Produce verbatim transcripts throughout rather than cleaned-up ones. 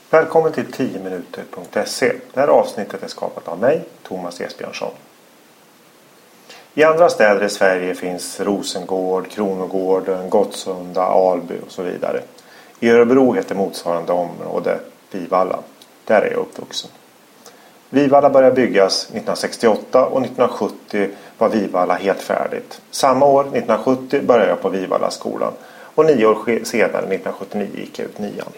Välkommen till tio minuter punkt se. Det här avsnittet är skapat av mig, Thomas Esbjörnsson. I andra städer i Sverige finns Rosengård, Kronogården, Gottsunda, Alby och så vidare. I Örebro heter motsvarande område Vivalla. Där är jag uppvuxen. Vivalla började byggas nittonhundrasextioåtta och nittonhundrasjuttio var Vivalla helt färdigt. Samma år, nittonhundrasjuttio, började jag på Vivalla skolan och nio år senare, nittonhundrasjuttionio, gick jag ut nian.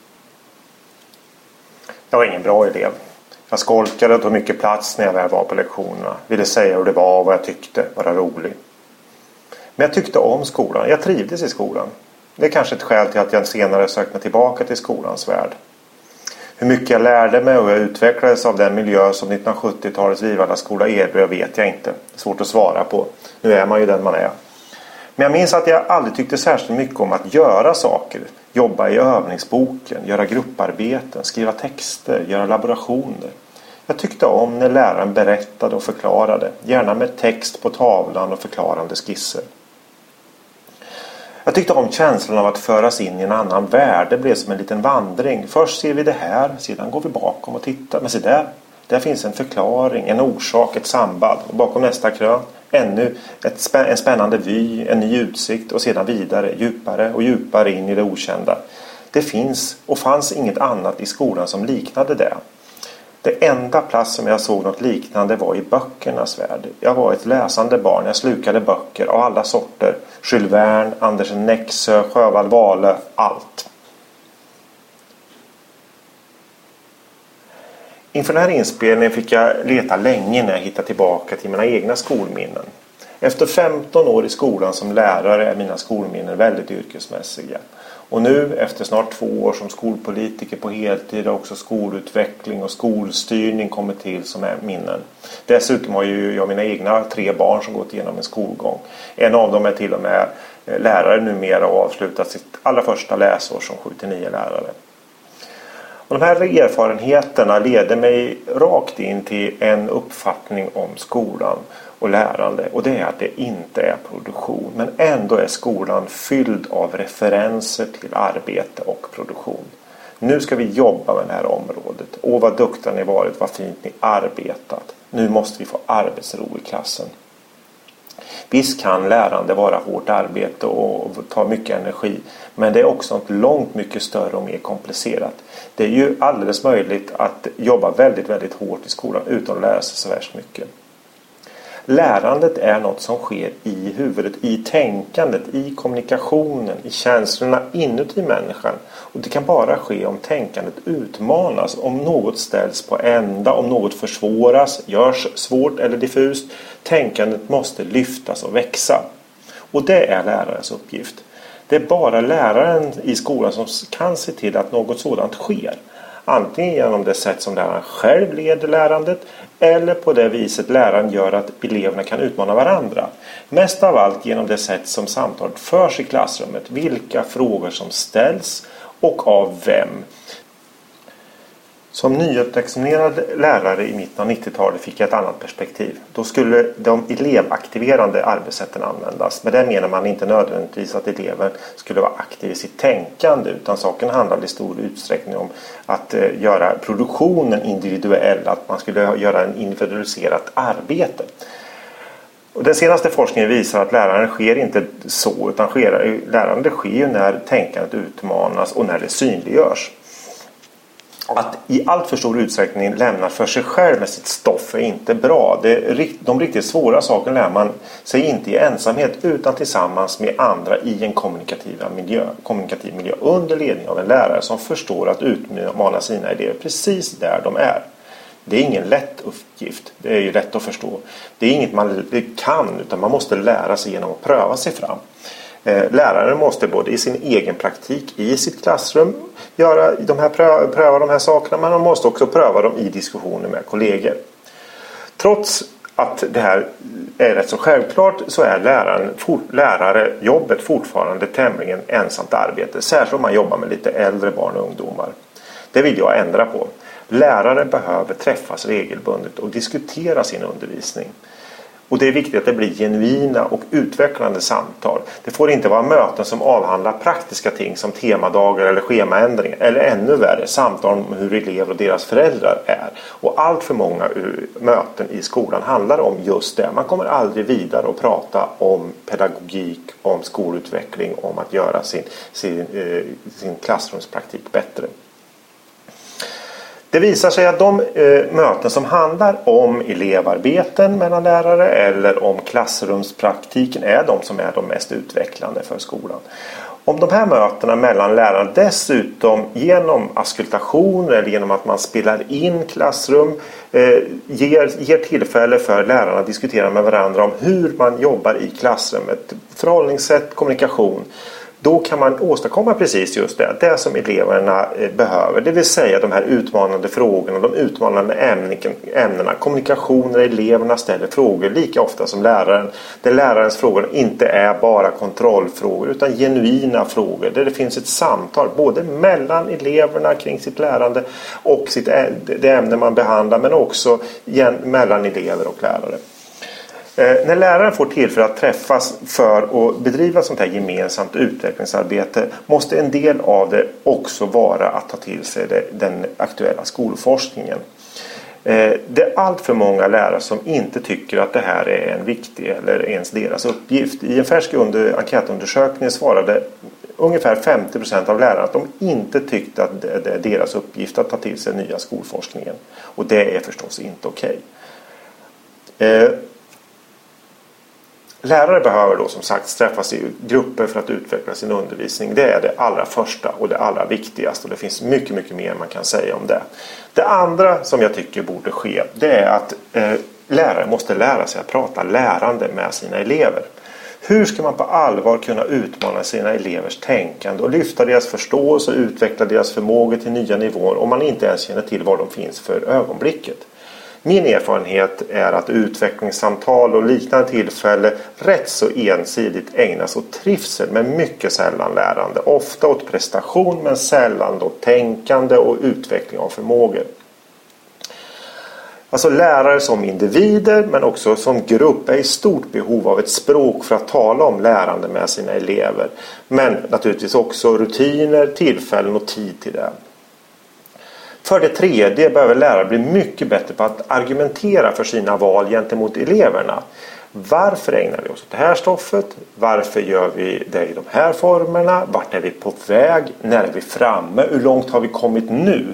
Jag var ingen bra elev. Jag skolkade och tog mycket plats när jag väl var på lektionerna. Ville säga hur det var och vad jag tyckte, vara rolig. Men jag tyckte om skolan. Jag trivdes i skolan. Det är kanske ett skäl till att jag senare sökte mig tillbaka till skolans värld. Hur mycket jag lärde mig och jag utvecklades av den miljö som nittonhundrasjuttiotalets Vivalla skola erbjöd vet jag inte. Svårt att svara på. Nu är man ju den man är. Men jag minns att jag aldrig tyckte särskilt mycket om att göra saker. Jobba i övningsboken, göra grupparbeten, skriva texter, göra laborationer. Jag tyckte om när läraren berättade och förklarade. Gärna med text på tavlan och förklarande skisser. Jag tyckte om känslan av att föras in i en annan värld. Det blev som en liten vandring. Först ser vi det här, sedan går vi bakom och tittar. Men se där, där finns en förklaring, en orsak, ett samband. Och bakom nästa krön, ännu ett spä- en spännande vy, en ny utsikt och sedan vidare, djupare och djupare in i det okända. Det finns och fanns inget annat i skolan som liknade det. Det enda plats som jag såg något liknande var i böckernas värld. Jag var ett läsande barn. Jag slukade böcker av alla sorter. Jules Verne, Andersen Nexö, Sjöwall Wahlöö, allt. Inför den här inspelningen fick jag leta länge när jag hittade tillbaka till mina egna skolminnen. Efter femton år i skolan som lärare är mina skolminnen väldigt yrkesmässiga. Och nu efter snart två år som skolpolitiker på heltid har också skolutveckling och skolstyrning kommit till som är minnen. Dessutom har ju jag mina egna tre barn som gått igenom en skolgång. En av dem är till och med lärare numera och avslutat sitt allra första läsår som sju till nio lärare. Och de här erfarenheterna leder mig rakt in till en uppfattning om skolan och lärande. Och det är att det inte är produktion. Men ändå är skolan fylld av referenser till arbete och produktion. Nu ska vi jobba med det här området. Åh, vad duktiga ni varit, vad fint ni arbetat. Nu måste vi få arbetsro i klassen. Visst kan lärande vara hårt arbete och ta mycket energi. Men det är också något långt mycket större och mer komplicerat. Det är ju alldeles möjligt att jobba väldigt, väldigt hårt i skolan utan att lära sig så värst mycket. Lärandet är något som sker i huvudet, i tänkandet, i kommunikationen, i känslorna inuti människan. Och det kan bara ske om tänkandet utmanas, om något ställs på ända, om något försvåras, görs svårt eller diffust. Tänkandet måste lyftas och växa. Och det är lärarens uppgift. Det är bara läraren i skolan som kan se till att något sådant sker. Antingen genom det sätt som läraren själv leder lärandet eller på det viset läraren gör att eleverna kan utmana varandra. Mest av allt genom det sätt som samtalet förs i klassrummet. Vilka frågor som ställs och av vem. Som nyutexaminerad lärare i mitten av nittiotalet fick jag ett annat perspektiv. Då skulle de elevaktiverande arbetssätten användas. Men det menar man inte nödvändigtvis att eleven skulle vara aktiv i sitt tänkande. Utan saken handlade i stor utsträckning om att eh, göra produktionen individuell. Att man skulle göra en individualiserat arbete. Och den senaste forskningen visar att läraren sker inte så. Utan sker, lärande sker när tänkandet utmanas och när det synliggörs. Att i allt för stor utsträckning lämna för sig själv med sitt stoff är inte bra. Det, de riktigt svåra sakerna lär man sig inte i ensamhet utan tillsammans med andra i en kommunikativ miljö, kommunikativ miljö under ledning av en lärare som förstår att utmana sina idéer precis där de är. Det är ingen lätt uppgift. Det är ju lätt att förstå. Det är inget man kan utan man måste lära sig genom att pröva sig fram. Läraren måste både i sin egen praktik i sitt klassrum göra de här, pröva de här sakerna, men man måste också pröva dem i diskussioner med kollegor. Trots att det här är rätt så självklart så är läraren, for, lärarjobbet fortfarande tämligen ensamt arbete, särskilt om man jobbar med lite äldre barn och ungdomar. Det vill jag ändra på. Lärare behöver träffas regelbundet och diskutera sin undervisning. Och det är viktigt att det blir genuina och utvecklande samtal. Det får inte vara möten som avhandlar praktiska ting som temadagar eller schemaändringar. Eller ännu värre, samtal om hur elever och deras föräldrar är. Och allt för många möten i skolan handlar om just det. Man kommer aldrig vidare och prata om pedagogik, om skolutveckling, om att göra sin, sin, eh, sin klassrumspraktik bättre. Det visar sig att de eh, möten som handlar om elevarbeten mellan lärare eller om klassrumspraktiken är de som är de mest utvecklande för skolan. Om de här mötena mellan lärarna dessutom genom auskultation eller genom att man spelar in klassrum eh, ger, ger tillfälle för lärarna att diskutera med varandra om hur man jobbar i klassrummet, förhållningssätt, kommunikation. Då kan man åstadkomma precis just det, det som eleverna behöver. Det vill säga de här utmanande frågorna, de utmanande ämnena. Kommunikation där eleverna ställer frågor lika ofta som läraren. Där lärarens frågor inte är bara kontrollfrågor utan genuina frågor. Där det finns ett samtal både mellan eleverna kring sitt lärande och sitt, det ämne man behandlar. Men också mellan elever och lärare. Eh, när läraren får tillfälle att träffas för att bedriva sånt här gemensamt utvecklingsarbete måste en del av det också vara att ta till sig det, den aktuella skolforskningen. Eh, det är allt för många lärare som inte tycker att det här är en viktig eller ens deras uppgift. I en färsk under, enkätundersökning svarade ungefär femtio procent av lärarna att de inte tyckte att det är deras uppgift att ta till sig nya skolforskningen. Och det är förstås inte okej. Eh, Lärare behöver då som sagt träffas i grupper för att utveckla sin undervisning. Det är det allra första och det allra viktigaste. Och det finns mycket, mycket mer man kan säga om det. Det andra som jag tycker borde ske, det är att eh, lärare måste lära sig att prata lärande med sina elever. Hur ska man på allvar kunna utmana sina elevers tänkande och lyfta deras förståelse och utveckla deras förmågor till nya nivåer om man inte ens känner till var de finns för ögonblicket? Min erfarenhet är att utvecklingssamtal och liknande tillfälle rätt så ensidigt ägnas åt trivsel men mycket sällan lärande. Ofta åt prestation men sällan åt tänkande och utveckling av förmågor. Alltså lärare som individer men också som grupp är i stort behov av ett språk för att tala om lärande med sina elever. Men naturligtvis också rutiner, tillfällen och tid till det. För det tredje behöver lärare bli mycket bättre på att argumentera för sina val gentemot eleverna. Varför ägnar vi oss åt det här stoffet? Varför gör vi det i de här formerna? Vart är vi på väg? När är vi framme? Hur långt har vi kommit nu?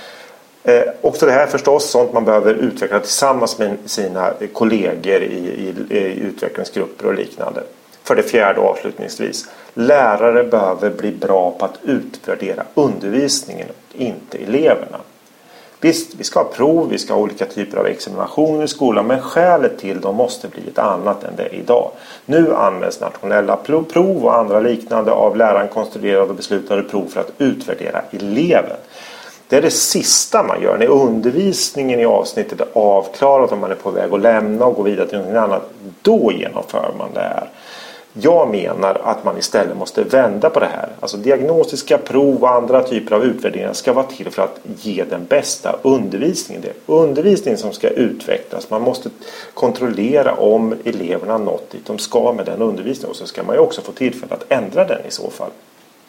Eh, också det här förstås sånt man behöver utveckla tillsammans med sina kollegor i, i, i utvecklingsgrupper och liknande. För det fjärde och avslutningsvis. Lärare behöver bli bra på att utvärdera undervisningen och inte eleverna. Visst, vi ska ha prov, vi ska ha olika typer av examinationer i skolan, men skälet till dem måste bli ett annat än det är idag. Nu används nationella prov och andra liknande av läraren konstruerade och beslutade prov för att utvärdera eleven. Det är det sista man gör när undervisningen i avsnittet är avklarad, om man är på väg att lämna och gå vidare till något annat. Då genomför man det här. Jag menar att man istället måste vända på det här. Alltså diagnostiska prov och andra typer av utvärderingar ska vara till för att ge den bästa undervisningen. Det är undervisningen som ska utvecklas. Man måste kontrollera om eleverna nått dit de ska med den undervisningen. Och så ska man ju också få tillfälle att ändra den i så fall.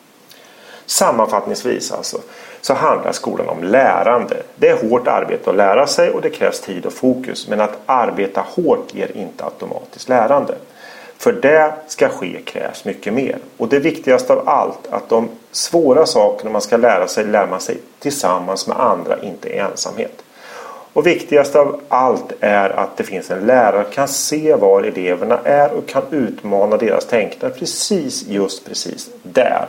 Sammanfattningsvis alltså, så handlar skolan om lärande. Det är hårt arbete att lära sig och det krävs tid och fokus. Men att arbeta hårt ger inte automatiskt lärande. För det ska ske krävs mycket mer. Och det viktigaste av allt, att de svåra sakerna man ska lära sig, lär man sig tillsammans med andra, inte i ensamhet. Och viktigast av allt är att det finns en lärare som kan se var eleverna är och kan utmana deras tänkande precis, just precis där.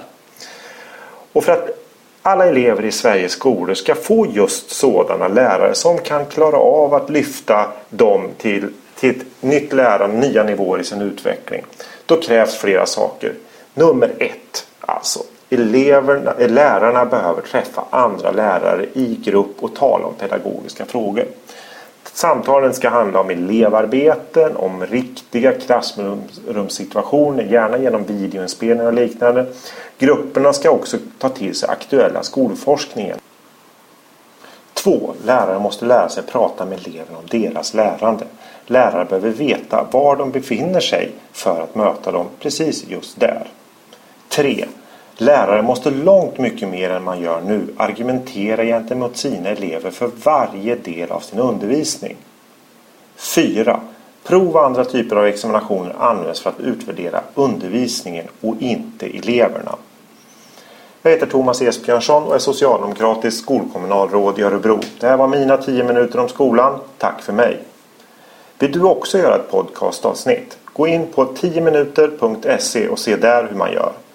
Och för att alla elever i Sveriges skolor ska få just sådana lärare som kan klara av att lyfta dem till till ett nytt lärande, nya nivåer i sin utveckling. Då krävs flera saker. Nummer ett, alltså. Eleverna, lärarna behöver träffa andra lärare i grupp och tala om pedagogiska frågor. Samtalen ska handla om elevarbeten, om riktiga klassrumssituationer, gärna genom videoinspelningar och liknande. Grupperna ska också ta till sig aktuella skolforskningen. Två, lärare måste lära sig prata med eleverna om deras lärande. Lärare behöver veta var de befinner sig för att möta dem precis just där. tre. Lärare måste långt mycket mer än man gör nu argumentera gentemot sina elever för varje del av sin undervisning. fyra. Prov och andra typer av examinationer används för att utvärdera undervisningen och inte eleverna. Jag heter Thomas Esbjörnsson och är socialdemokratisk skolkommunalråd i Örebro. Det här var mina tio minuter om skolan. Tack för mig. Vill du också göra ett podcastavsnitt? Gå in på tio minuter punkt se och se där hur man gör.